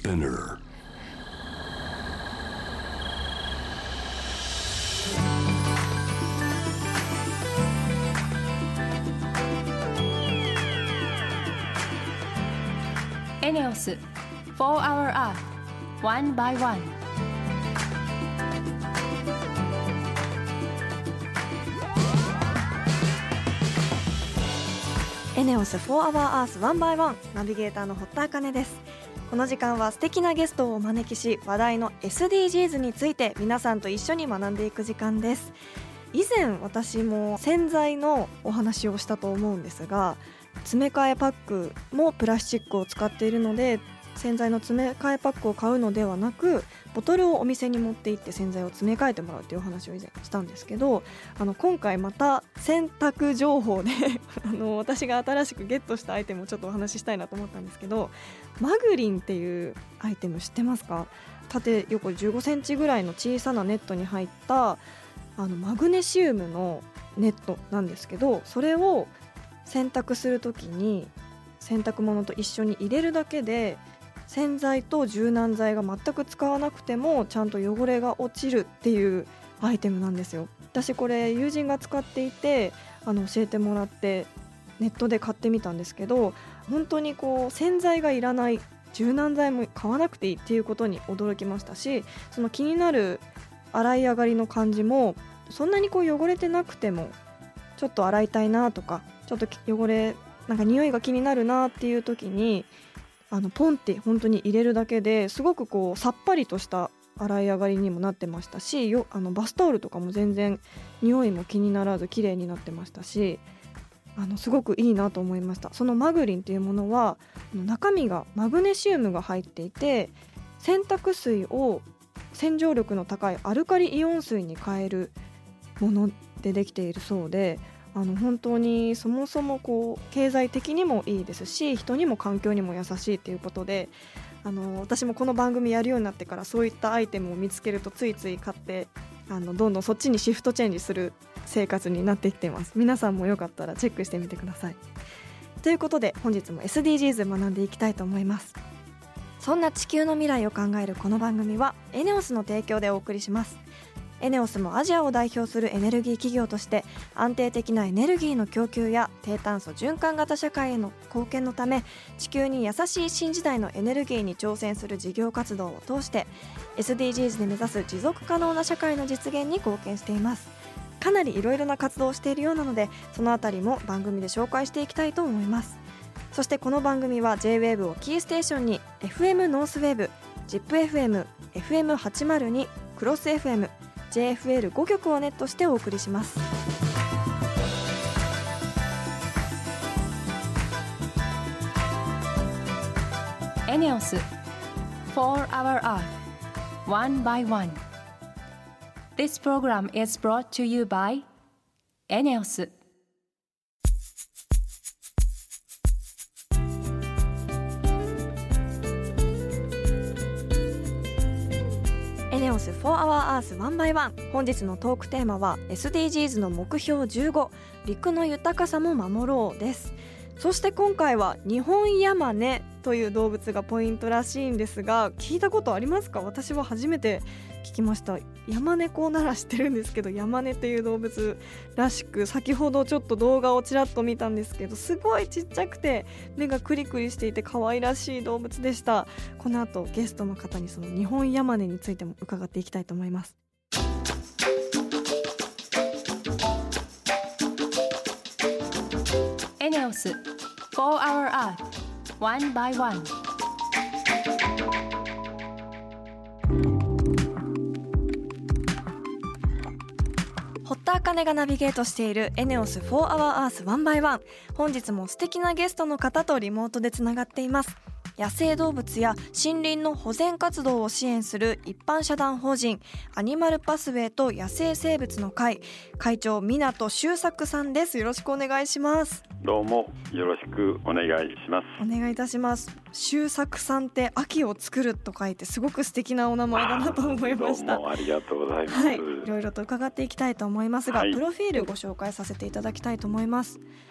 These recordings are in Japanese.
Spinner. ENEOS 4-Hour Earth One by One。 エネオス 4-Hour Earth One by One ナビゲーターの堀田茜です。この時間は素敵なゲストをお招きし、話題の SDGs について皆さんと一緒に学んでいく時間です。以前私も洗剤のお話をしたと思うんですが、詰め替えパックもプラスチックを使っているので、洗剤の詰め替えパックを買うのではなく、ボトルをお店に持って行って洗剤を詰め替えてもらうというお話を以前したんですけど、今回また洗濯情報で私が新しくゲットしたアイテムをちょっとお話ししたいなと思ったんですけど、マグリンっていうアイテム知ってますか？縦横15センチぐらいの小さなネットに入ったマグネシウムのネットなんですけど、それを洗濯するときに洗濯物と一緒に入れるだけで、洗剤と柔軟剤が全く使わなくてもちゃんと汚れが落ちるっていうアイテムなんですよ。私これ友人が使っていて教えてもらってネットで買ってみたんですけど、本当に洗剤がいらない、柔軟剤も買わなくていいっていうことに驚きましたし、その気になる洗い上がりの感じもそんなに汚れてなくても、ちょっと洗いたいなとか、ちょっと汚れなんか匂いが気になるなっていう時にポンって本当に入れるだけですごくさっぱりとした洗い上がりにもなってましたし、バスタオルとかも全然匂いも気にならず綺麗になってましたし、すごくいいなと思いました。そのマグリンというものは中身がマグネシウムが入っていて、洗濯水を洗浄力の高いアルカリイオン水に変えるものでできているそうで、本当にそもそも経済的にもいいですし、人にも環境にも優しいということで、私もこの番組やるようになってからそういったアイテムを見つけるとついつい買ってどんどんそっちにシフトチェンジする生活になってきています。皆さんもよかったらチェックしてみてください。ということで本日も SDGs 学んでいきたいと思います。そんな地球の未来を考えるこの番組はエネオスの提供でお送りします。エネオスもアジアを代表するエネルギー企業として安定的なエネルギーの供給や低炭素循環型社会への貢献のため、地球に優しい新時代のエネルギーに挑戦する事業活動を通して SDGs で目指す持続可能な社会の実現に貢献しています。かなりいろいろな活動をしているようなので、そのあたりも番組で紹介していきたいと思います。そしてこの番組は J-WAVE をキーステーションに FM ノースウェーブ、ZIPFM、FM802、クロス FM、JFL5 曲をネットしてお送りします。 ENEOS 4-Hour Earth One by One。 This program is brought to you by ENEOS。 エネオス 4-Hour Earth One by One。 本日のトークテーマは SDGs の目標15、陸の豊かさも守ろうです。そして今回はニホンヤマネという動物がポイントらしいんですが、聞いたことありますか？私は初めて聞きました。ヤマネコなら知ってるんですけど、ヤマネという動物らしく、先ほどちょっと動画をちらっと見たんですけど、すごいちっちゃくて目がクリクリしていて可愛らしい動物でした。この後ゲストの方にそのニホンヤマネについても伺っていきたいと思います。 ENEOS 4-Hour Earth One by One。 堀田茜がナビゲートしている ENEOS 4-Hour Earth One by One。 本日も素敵なゲストの方とリモートでつながっています。野生動物や森林の保全活動を支援する一般社団法人アニマルパスウェイと野生生物の会会長、湊修作さんです。よろしくお願いします。 どうもよろしくお願いします。 お願いいたします。修作さんって秋を作ると書いてすごく素敵なお名前だなと思いました。 どうもありがとうございます。 はい、いろいろと伺っていきたいと思いますが、プロフィールご紹介させていただきたいと思います。 はい。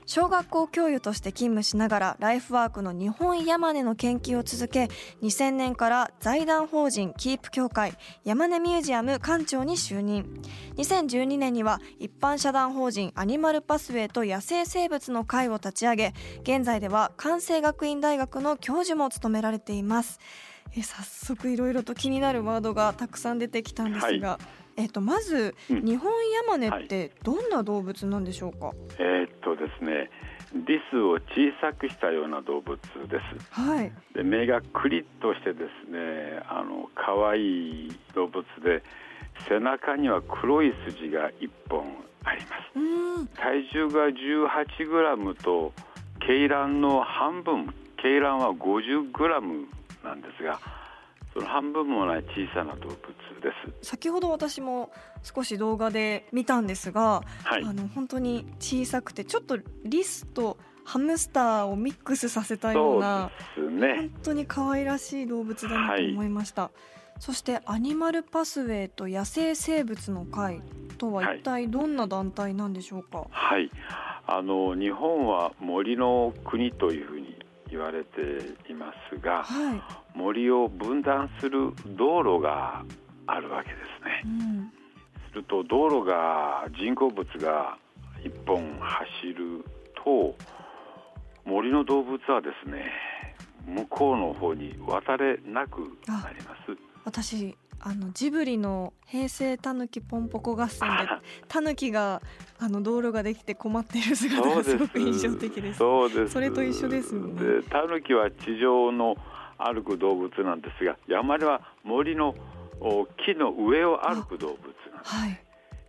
小学校教諭として勤務しながらライフワークの日本ヤマネの研究を続け、2000年から財団法人キープ協会ヤマネミュージアム館長に就任。2012年には一般社団法人アニマルパスウェイと野生生物の会を立ち上げ、現在では関西学院大学の教授も務められています。早速いろいろと気になるワードがたくさん出てきたんですが、まず、日本ヤマネってどんな動物なんでしょうか？ ですね、リスを小さくしたような動物です。 はい。 で、目がクリッとしてですね、可愛い動物で、背中には黒い筋が1本あります。体重が18グラムと鶏卵の半分、鶏卵は50グラムなんですが、その半分もない小さな動物です。 先ほど私も少し動画で見たんですが、 はい、 本当に小さくて、ちょっとリスとハムスターをミックスさせたような、 そうですね、 本当に可愛らしい動物だなと思いました。そしてアニマルパスウェイと野生生物の会とは一体どんな団体なんでしょうか？ はい、日本は森の国というふうに言われていますが、森を分断する道路があるわけですね。すると道路が、人工物が一本走ると、森の動物はですね、向こうの方に渡れなくなります。 私ジブリの平成たぬきポンポコ合戦でたぬきが道路ができて困っている姿がすごく印象的です。 そうです。 それと一緒ですよね。 タヌキは地上の歩く動物なんですが、ヤマネは森の木の上を歩く動物なんです。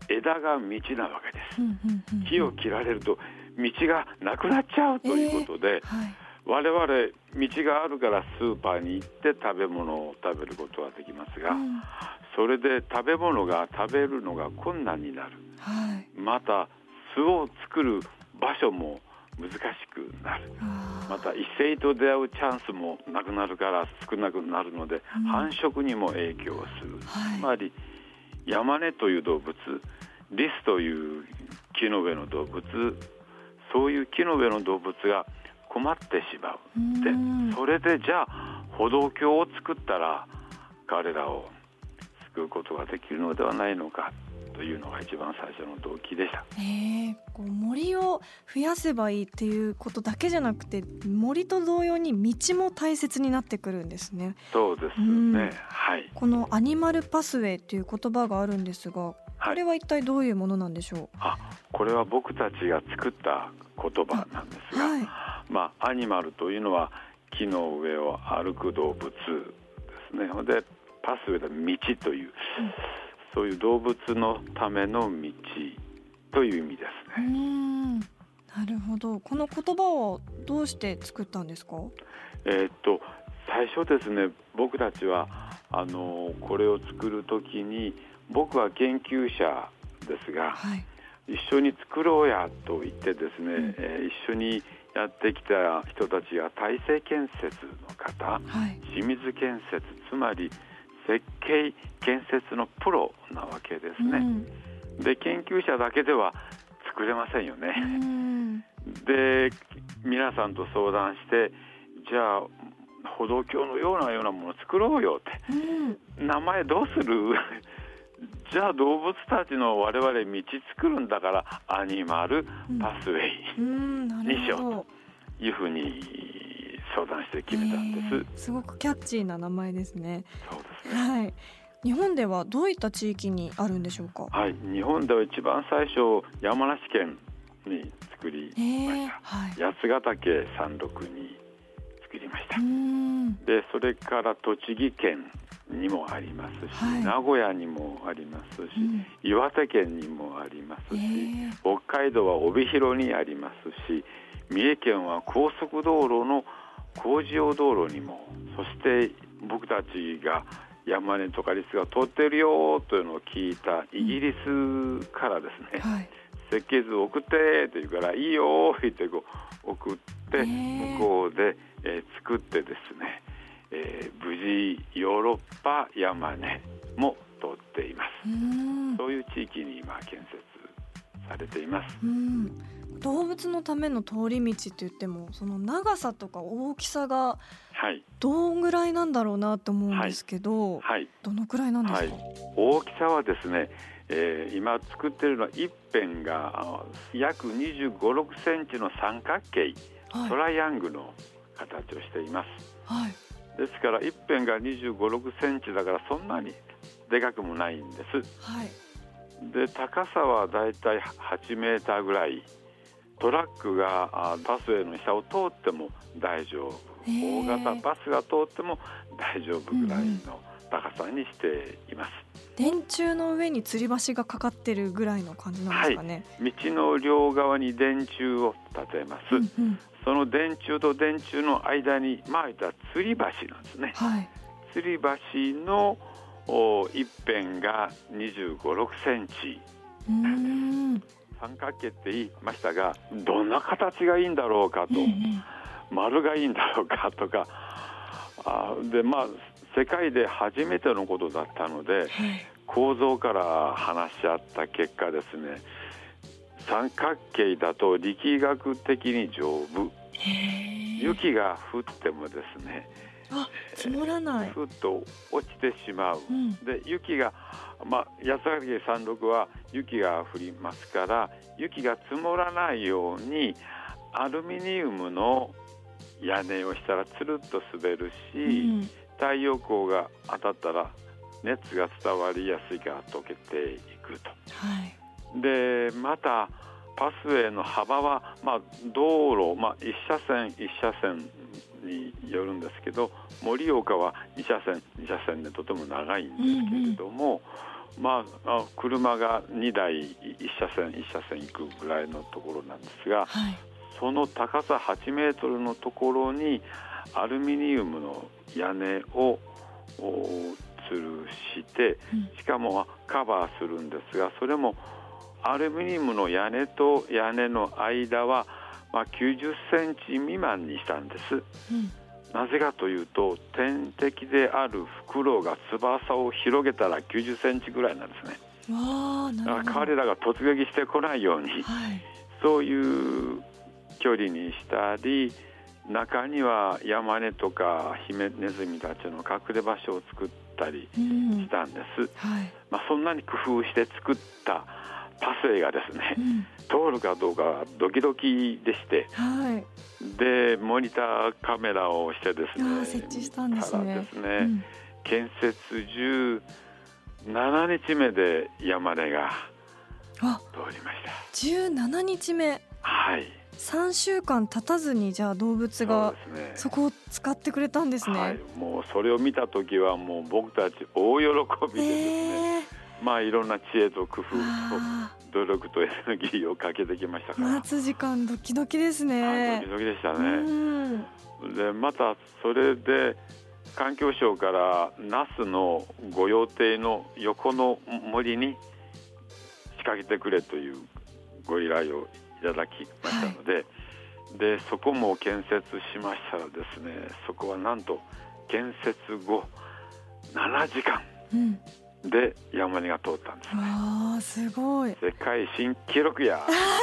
枝が道なわけです。木を切られると道がなくなっちゃうということで、我々道があるからスーパーに行って食べ物を食べることはできますが、それで食べ物が食べるのが困難になる。また巣を作る場所も難しくなる。また異性と出会うチャンスもなくなるから少なくなるので、繁殖にも影響する。つまりヤマネという動物、リスという木の上の動物、そういう木の上の動物が困ってしまう。で、それでじゃあ歩道橋を作ったら彼らを救うことができるのではないのかというのが一番最初の動機でした。 森を増やせばいいっていうことだけじゃなくて、森と同様に道も大切になってくるんですね。 そうですね。 このアニマルパスウェイという言葉があるんですが、これは一体どういうものなんでしょう？ これは僕たちが作った言葉なんですが、アニマルというのは木の上を歩く動物ですね。で、パスウェイは道という、そういう動物のための道という意味ですね。 なるほど。この言葉をどうして作ったんですか？ 最初ですね、僕たちはこれを作るときに、僕は研究者ですが、一緒に作ろうやと言ってですね、一緒にやってきた人たちが大成建設の方、清水建設、つまり設計建設のプロなわけですね。で、研究者だけでは作れませんよね。で、皆さんと相談して、じゃあ歩道橋のようなものを作ろうよって、名前どうするじゃあ動物たちの我々道作るんだからアニマルパスウェイにしようというふうに相談して決めたんです。 すごくキャッチーな名前ですね。 そうですね。 日本ではどういった地域にあるんでしょうか？ 日本では一番最初山梨県に作りました。八ヶ岳山麓に作りました。で、それから栃木県にもありますし、名古屋にもありますし、岩手県にもありますし、北海道は帯広にありますし、三重県は高速道路の工事用道路にも、そして僕たちがヤマネとかリスが通ってるよというのを聞いたイギリスからですね、設計図を送ってというから、いいよって言って送って向こうで、作ってですね、無事ヨーロッパヤマネも通っています。そういう地域に今建設されています。 動物のための通り道って言っても、その長さとか大きさがどんぐらいなんだろうなと思うんですけど、どのくらいなんですか？ 大きさはですね、今作っているのは一辺が約25、6センチの三角形、トライアングルの形をしています。ですから一辺が25、6センチだからそんなにでかくもないんです。で高さはだいたい8メーターぐらい、トラックがバスウェイの下を通っても大丈夫、大型バスが通っても大丈夫ぐらいの高さにしています。 電柱の上に吊り橋がかかってるぐらいの感じなんですかね？ 道の両側に電柱を立てます。その電柱と電柱の間にいた吊り橋なんですね。吊り橋の一辺が25、6センチなんです。三角形って言いましたが、どんな形がいいんだろうかと、丸がいいんだろうかとかで、世界で初めてのことだったので、構造から話し合った結果ですね、三角形だと力学的に丈夫、雪が降ってもですね積もらない、 ふっと落ちてしまう。で雪が八ヶ岳山麓は雪が降りますから、雪が積もらないようにアルミニウムの屋根をしたらつるっと滑るし、太陽光が当たったら熱が伝わりやすいから溶けていくと。でまたパスウェイの幅は、道路、1車線1車線によるんですけど、盛岡は2車線でとても長いんですけれども、車が2台1車線行くぐらいのところなんですが、その高さ8メートルのところにアルミニウムの屋根を吊るして、しかもカバーするんですが、それもアルミニウムの屋根と屋根の間は90センチ未満にしたんです。なぜかというと、天敵であるフクロウが翼を広げたら90センチぐらいなんですね。だから彼らが突撃してこないように、そういう距離にしたり、中にはヤマネとかヒメネズミたちの隠れ場所を作ったりしたんです。そんなに工夫して作ったパスウェイがですね、通るかどうかドキドキでして、でモニターカメラをしてですね、 設置したんですね。 建設17日目でヤマネが通りました。 17日目。3週間経たずにじゃあ動物がそこを使ってくれたんですね。 もうそれを見た時はもう僕たち大喜びでですね、いろんな知恵と工夫と努力とエネルギーをかけてきましたから、 待つ時間ドキドキですね。 ドキドキでしたね。でまたそれで環境省から那須の御用邸の横の森に仕掛けてくれというご依頼をいただきましたので、でそこも建設しましたらですね、そこはなんと建設後7時間でヤマネが通ったんですね。 すごい。 世界新記録や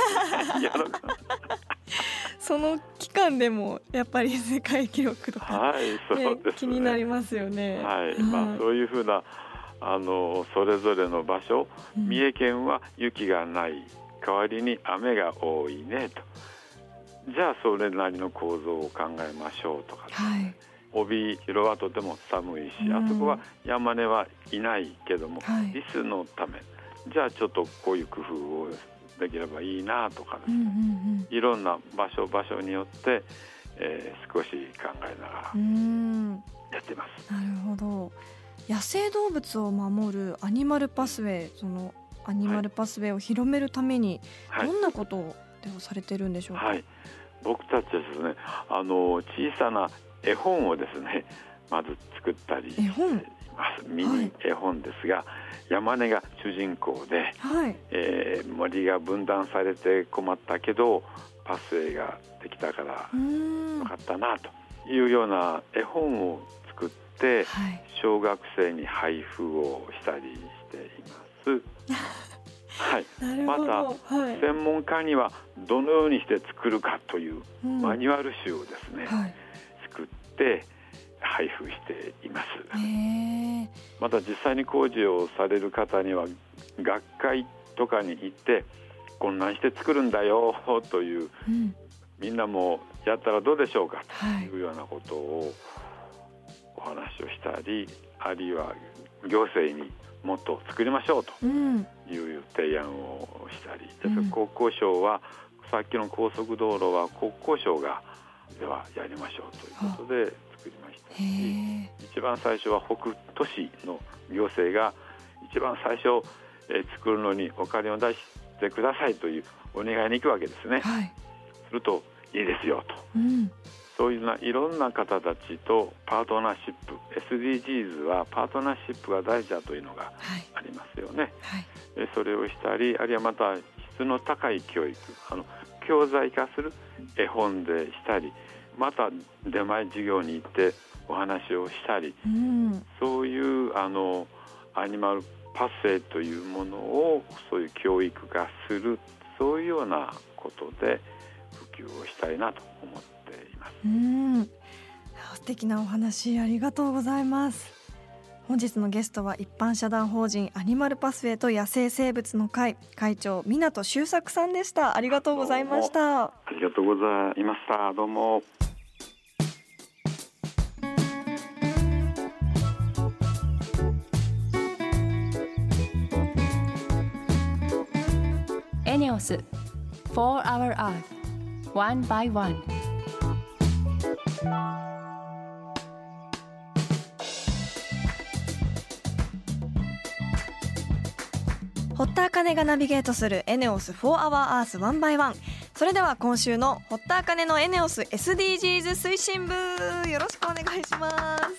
その期間でもやっぱり世界記録とか、 そうですね、 気になりますよね。 そういうふうなそれぞれの場所、三重県は雪がない、代わりに雨が多いねと、じゃあそれなりの構造を考えましょうとか、帯広はとても寒いし、あそこはヤマネはいないけども、リスのため、じゃあちょっとこういう工夫をできればいいなとかですね、いろんな場所によって、少し考えながらやってます。 なるほど。野生動物を守るアニマルパスウェイ、そのアニマルパスウェイを広めるためにどんなことをされてるんでしょうか？ 僕たちですね、小さな絵本をですね、まず作ったりしています。ミニ絵本ですが、ヤマネが主人公で、森が分断されて困ったけどパスウェイができたからよかったなというような絵本を作って、小学生に配布をしたりしています。 はい、 また、 専門家にはどのようにして作るかというマニュアル集をですね、作って配布しています。また実際に工事をされる方には学会とかに行ってこんなんして作るんだよという、みんなもやったらどうでしょうかというようなことをお話をしたり、あるいは行政にもっと作りましょうという提案をしたり、国交省はさっきの高速道路は国交省がではやりましょうということで作りましたし、一番最初は北斗市の行政が一番最初作るのにお金を出してくださいというお願いに行くわけですね。するといいですよと、そういういろんな方たちとパートナーシップ、 SDGs はパートナーシップが大事だというのがありますよね。それをしたり、あるいはまた質の高い教育、教材化する絵本でしたり、また出前授業に行ってお話をしたり、そういうアニマルパスウェイというものをそういう教育化する、そういうようなことで普及をしたいなと思っています。 素敵なお話ありがとうございます。本日のゲストは一般社団法人アニマルパスウェイと野生生物の会会長、湊修作さんでした。ありがとうございました。 ありがとうございました。どうも。 エネオス For Our Earth One by One。 堀田茜がナビゲートするエネオス For Our Earth One by One。それでは今週の堀田茜のエネオス SDGs 推進部、よろしくお願いします。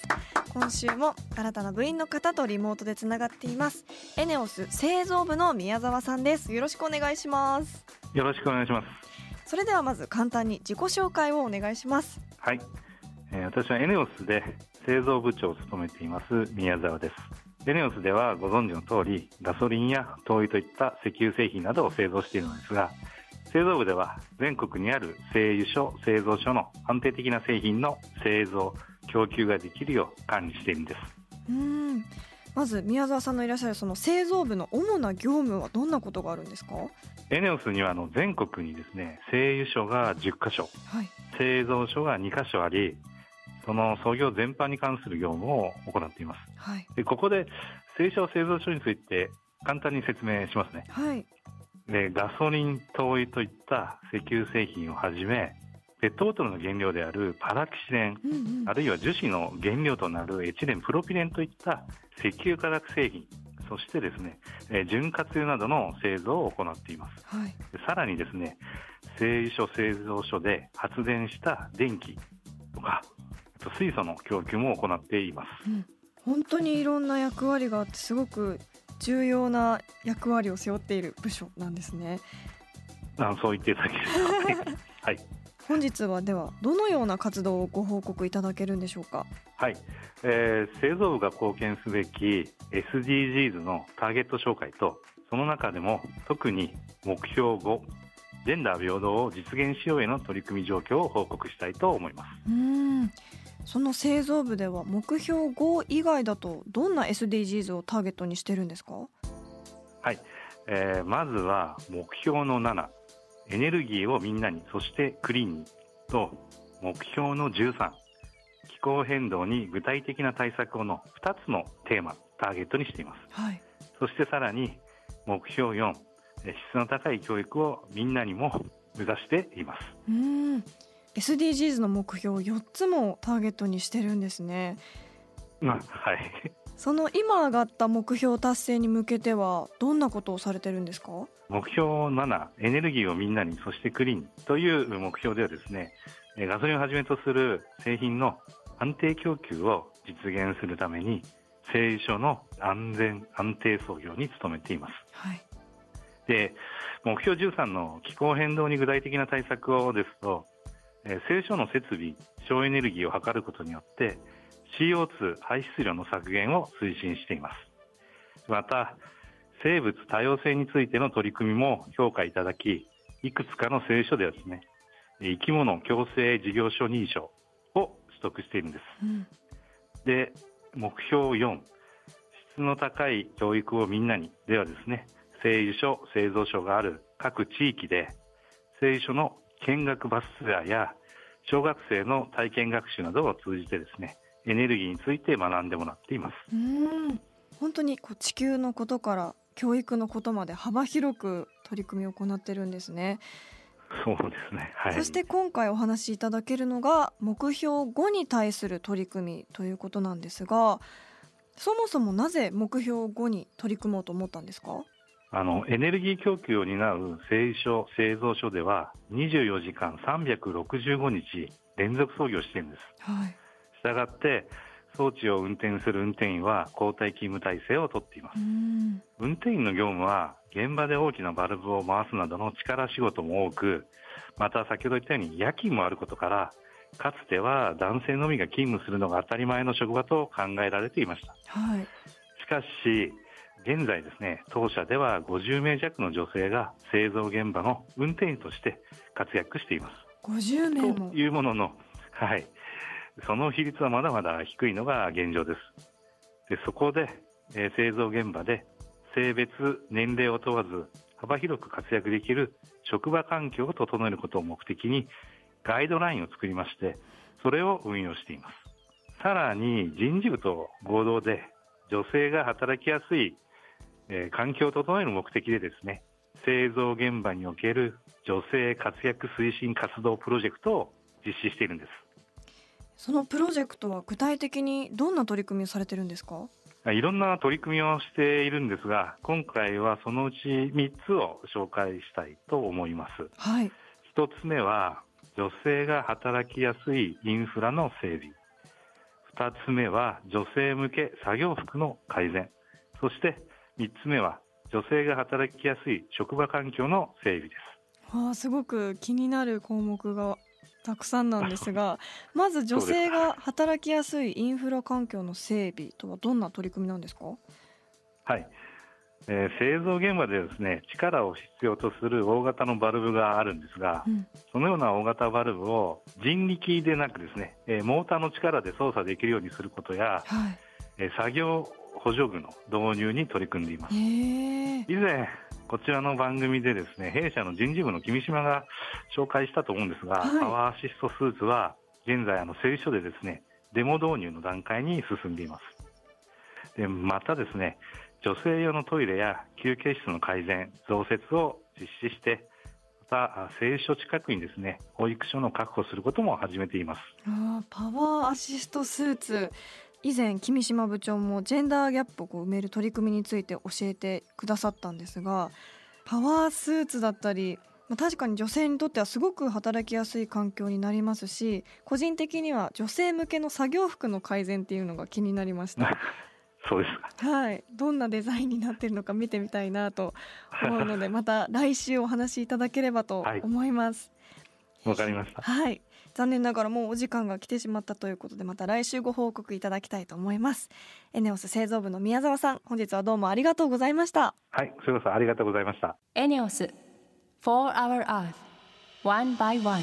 今週も新たな部員の方とリモートでつながっています。エネオス製造部の宮沢さんです。よろしくお願いします。 よろしくお願いします。 それではまず簡単に自己紹介をお願いします。 はい、私はエネオスで製造部長を務めています宮沢です。エネオスではご存知の通り、ガソリンや灯油といった石油製品などを製造しているのですが、製造部では全国にある製油所、製造所の安定的な製品の製造、供給ができるよう管理しているんです。 まず宮沢さんのいらっしゃるその製造部の主な業務はどんなことがあるんですか？ エネオスには全国にですね、製油所が10カ所、製造所が2カ所あり、その操業全般に関する業務を行っています。でここで製油所、製造所について簡単に説明しますね。でガソリン、灯油といった石油製品をはじめ、ペットボトルの原料であるパラキシレン、あるいは樹脂の原料となるエチレン、プロピレンといった石油化学製品、そしてですね、潤滑油などの製造を行っています。さらにですね、製油所、製造所で発電した電気とか水素の供給も行っています。 本当にいろんな役割があって、すごく重要な役割を背負っている部署なんですね。 そう言っていただければはい。 本日はではどのような活動をご報告いただけるんでしょうか？ はい、製造部が貢献すべき SDGs のターゲット紹介と、その中でも特に目標5、ジェンダー平等を実現しようへの取り組み状況を報告したいと思います。 その製造部では目標5以外だとどんな SDGs をターゲットにしてるんですか？ はい、まずは目標の7、エネルギーをみんなに、そしてクリーンにと、目標の13、気候変動に具体的な対策をの2つのテーマ、ターゲットにしています。そしてさらに目標4、質の高い教育をみんなにも目指しています。 SDGs の目標4つもターゲットにしてるんですね。その今上がった目標達成に向けてはどんなことをされてるんですか？ 目標7、エネルギーをみんなに、そしてクリーンという目標ではですね、ガソリンをはじめとする製品の安定供給を実現するために、製油所の安全安定操業に努めています。で、目標13の気候変動に具体的な対策をですと、製油所の設備、省エネルギーを図ることによって CO2 排出量の削減を推進しています。また、 生物多様性についての取り組みも評価いただき、いくつかの製油所ではですね、生き物共生事業所認証を取得しているんです、で、目標4、質の高い教育をみんなにではですね、製油所製造所がある各地域で製油所の見学バスツアーや小学生の体験学習などを通じてですね、エネルギーについて学んでもらっています。 本当に地球のことから教育のことまで幅広く取り組みを行ってるんですね。 そうですね、はい、 そして今回お話しいただけるのが目標5に対する取り組みということなんですが、そもそもなぜ目標5に取り組もうと思ったんですか？ エネルギー供給を担う製油所製造所では24時間365日連続操業しているんです、したがって装置を運転する運転員は交代勤務体制をとっています。運転員の業務は現場で大きなバルブを回すなどの力仕事も多く、また先ほど言ったように夜勤もあることから、かつては男性のみが勤務するのが当たり前の職場と考えられていました、しかし現在ですね、当社では50名弱の女性が製造現場の運転員として活躍しています。 50名もというものの、その比率はまだまだ低いのが現状です。で、そこで、製造現場で性別年齢を問わず幅広く活躍できる職場環境を整えることを目的にガイドラインを作りまして、それを運用しています。さらに人事部と合同で女性が働きやすい環境を整える目的でですね、製造現場における女性活躍推進活動プロジェクトを実施しているんです。 そのプロジェクトは具体的にどんな取り組みをされてるんですか？ いろんな取り組みをしているんですが、今回はそのうち3つを紹介したいと思います。1つ目は女性が働きやすいインフラの整備、2つ目は女性向け作業服の改善、そして3つ目は女性が働きやすい職場環境の整備です。 すごく気になる項目がたくさんなんですが、まず女性が働きやすいインフラ環境の整備とはどんな取り組みなんですか？ 製造現場でですね、力を必要とする大型のバルブがあるんですが、そのような大型バルブを人力でなくですね、モーターの力で操作できるようにすることや、作業補助具の導入に取り組んでいます。以前こちらの番組でですね、弊社の人事部の君島が紹介したと思うんですが、パワーアシストスーツは現在製油所でですね、デモ導入の段階に進んでいます。で、またですね、女性用のトイレや休憩室の改善増設を実施して、また製油所近くにですね、保育所の確保することも始めています。 パワーアシストスーツ、以前君島部長もジェンダーギャップを埋める取り組みについて教えてくださったんですが、パワースーツだったり、確かに女性にとってはすごく働きやすい環境になりますし、個人的には女性向けの作業服の改善っていうのが気になりましたそうですか。 どんなデザインになっているのか見てみたいなと思うのでまた来週お話しいただければと思います。 わかりました。 残念ながらもうお時間が来てしまったということで、また来週ご報告いただきたいと思います。エネオス製造部の宮沢さん、本日はどうもありがとうございました。 それこそありがとうございました。 エネオス For Our Earth One by One。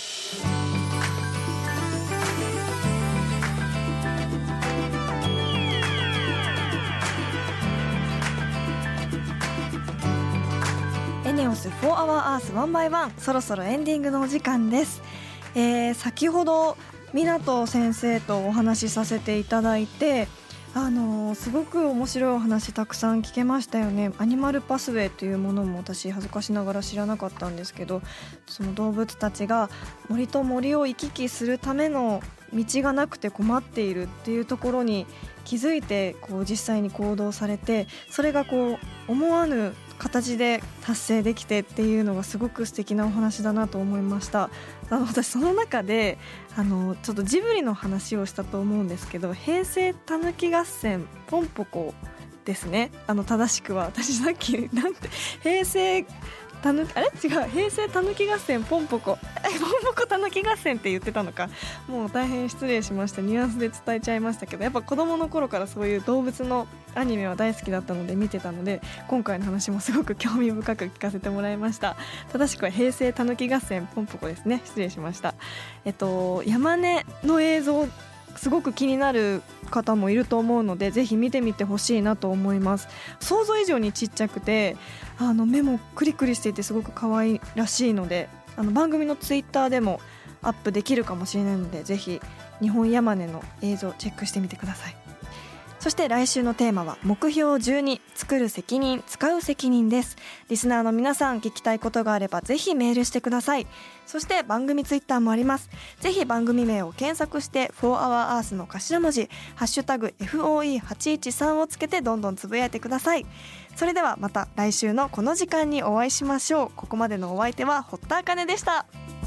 エネオス For Our Earth One by One、そろそろエンディングのお時間です。先ほど湊先生とお話しさせていただいて、すごく面白いお話たくさん聞けましたよね。アニマルパスウェイというものも私恥ずかしながら知らなかったんですけど、その動物たちが森と森を行き来するための道がなくて困っているっていうところに気づいて実際に行動されて、それが思わぬ形で達成できてっていうのがすごく素敵なお話だなと思いました。私その中でちょっとジブリの話をしたと思うんですけど、平成たぬき合戦ポンポコですね。正しくは私さっき平成あれ違う、平成たぬき合戦ポンポコポンポコたぬき合戦って言ってたのか。もう大変失礼しました。ニュアンスで伝えちゃいましたけど、やっぱ子供の頃からそういう動物のアニメは大好きだったので見てたので、今回の話もすごく興味深く聞かせてもらいました。正しくは平成たぬき合戦ポンポコですね。失礼しました。山根の映像すごく気になる方もいると思うので、ぜひ見てみてほしいなと思います。想像以上にちっちゃくて、目もクリクリしていてすごく可愛らしいので、番組のツイッターでもアップできるかもしれないので、ぜひ日本山根の映像チェックしてみてください。そして来週のテーマは目標12、作る責任使う責任です。リスナーの皆さん、聞きたいことがあればぜひメールしてください。そして番組ツイッターもあります。ぜひ番組名を検索して4 Hour Earth の頭文字ハッシュタグ FOE813 をつけてどんどんつぶやいてください。それではまた来週のこの時間にお会いしましょう。ここまでのお相手は堀田茜でした。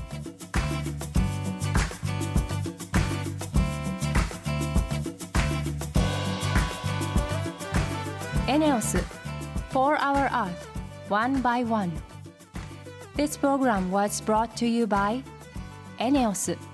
ENEOS 4 Hour Earth One by One. This program was brought to you by ENEOS